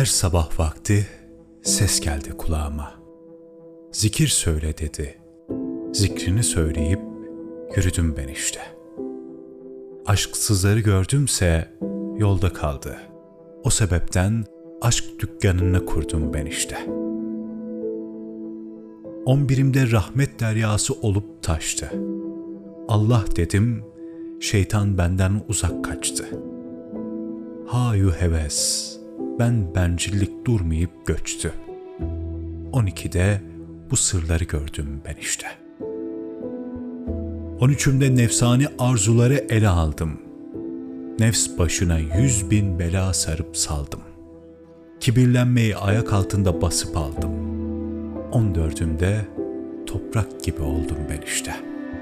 Her sabah vakti ses geldi kulağıma. Zikir söyle dedi. Zikrini söyleyip yürüdüm ben işte. Aşksızları gördümse yolda kaldı. O sebepten aşk dükkanını kurdum ben işte. 11'imde rahmet deryası olup taştı. Allah dedim, şeytan benden uzak kaçtı. Hayu heves, bencillik durmayıp göçtü. 12'de bu sırları gördüm ben işte. 13'ümde nefsani arzuları ele aldım. Nefs başına 100.000 bela sarıp saldım. Kibirlenmeyi ayak altında basıp aldım. 14'ümde toprak gibi oldum ben işte.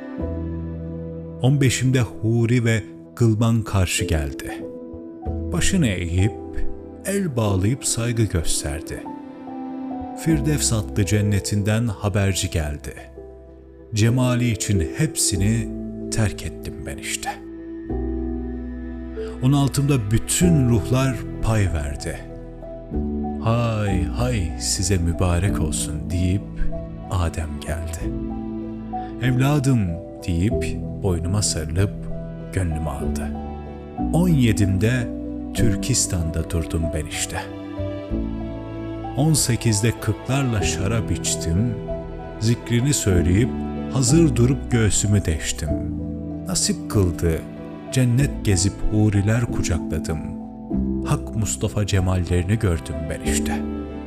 15'imde huri ve gılman karşı geldi. Başını eğip, el bağlayıp saygı gösterdi. Firdevs adlı cennetinden haberci geldi. Cemali için hepsini terk ettim ben işte. 16'mda bütün ruhlar pay verdi. Hay hay size mübarek olsun deyip Adem geldi. Evladım deyip boynuma sarılıp gönlümü aldı. 17'imde Türkistan'da durdum ben işte. 18'de 40'larla şarap içtim, zikrini söyleyip hazır durup göğsümü deştim. Nasip kıldı, cennet gezip huriler kucakladım. Hak Mustafa cemallerini gördüm ben işte.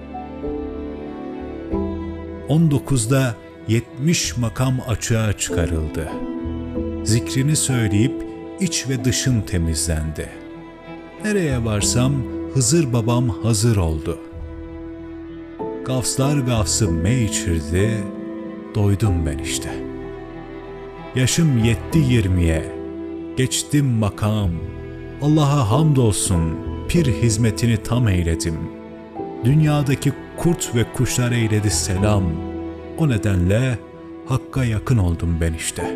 19'da 70 makam açığa çıkarıldı. Zikrini söyleyip iç ve dışım temizlendi. Nereye varsam Hızır babam hazır oldu. Gavslar gavsı mey içirdi, doydum ben işte. Yaşım yetti 20'ye, geçtim makam. Allah'a hamdolsun, pir hizmetini tam eyledim. Dünyadaki kurt ve kuşlar eyledi selam. O nedenle Hakk'a yakın oldum ben işte.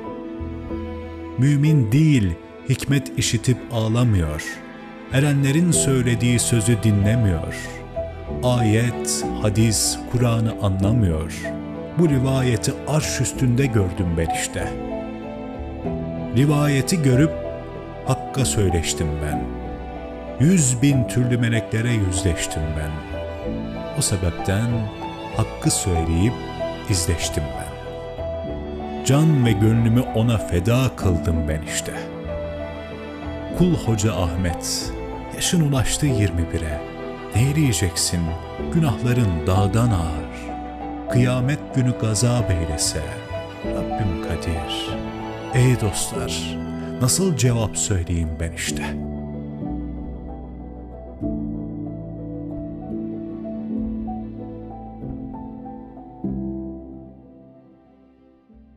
Mümin değil, hikmet işitip ağlamıyor. Erenlerin söylediği sözü dinlemiyor. Ayet, hadis, Kur'an'ı anlamıyor. Bu rivayeti arş üstünde gördüm ben işte. Rivayeti görüp Hakk'a söyleştim ben. 100.000 türlü meleklere yüzleştim ben. O sebepten Hakk'ı söyleyip izleştim ben. Can ve gönlümü ona feda kıldım ben işte. Kul Hoca Ahmet, yaşın ulaştı 21'e. Neyleyeceksin, günahların dağdan ağır. Kıyamet günü gazap eylese, Rabbim kadir. Ey dostlar, nasıl cevap söyleyeyim ben işte.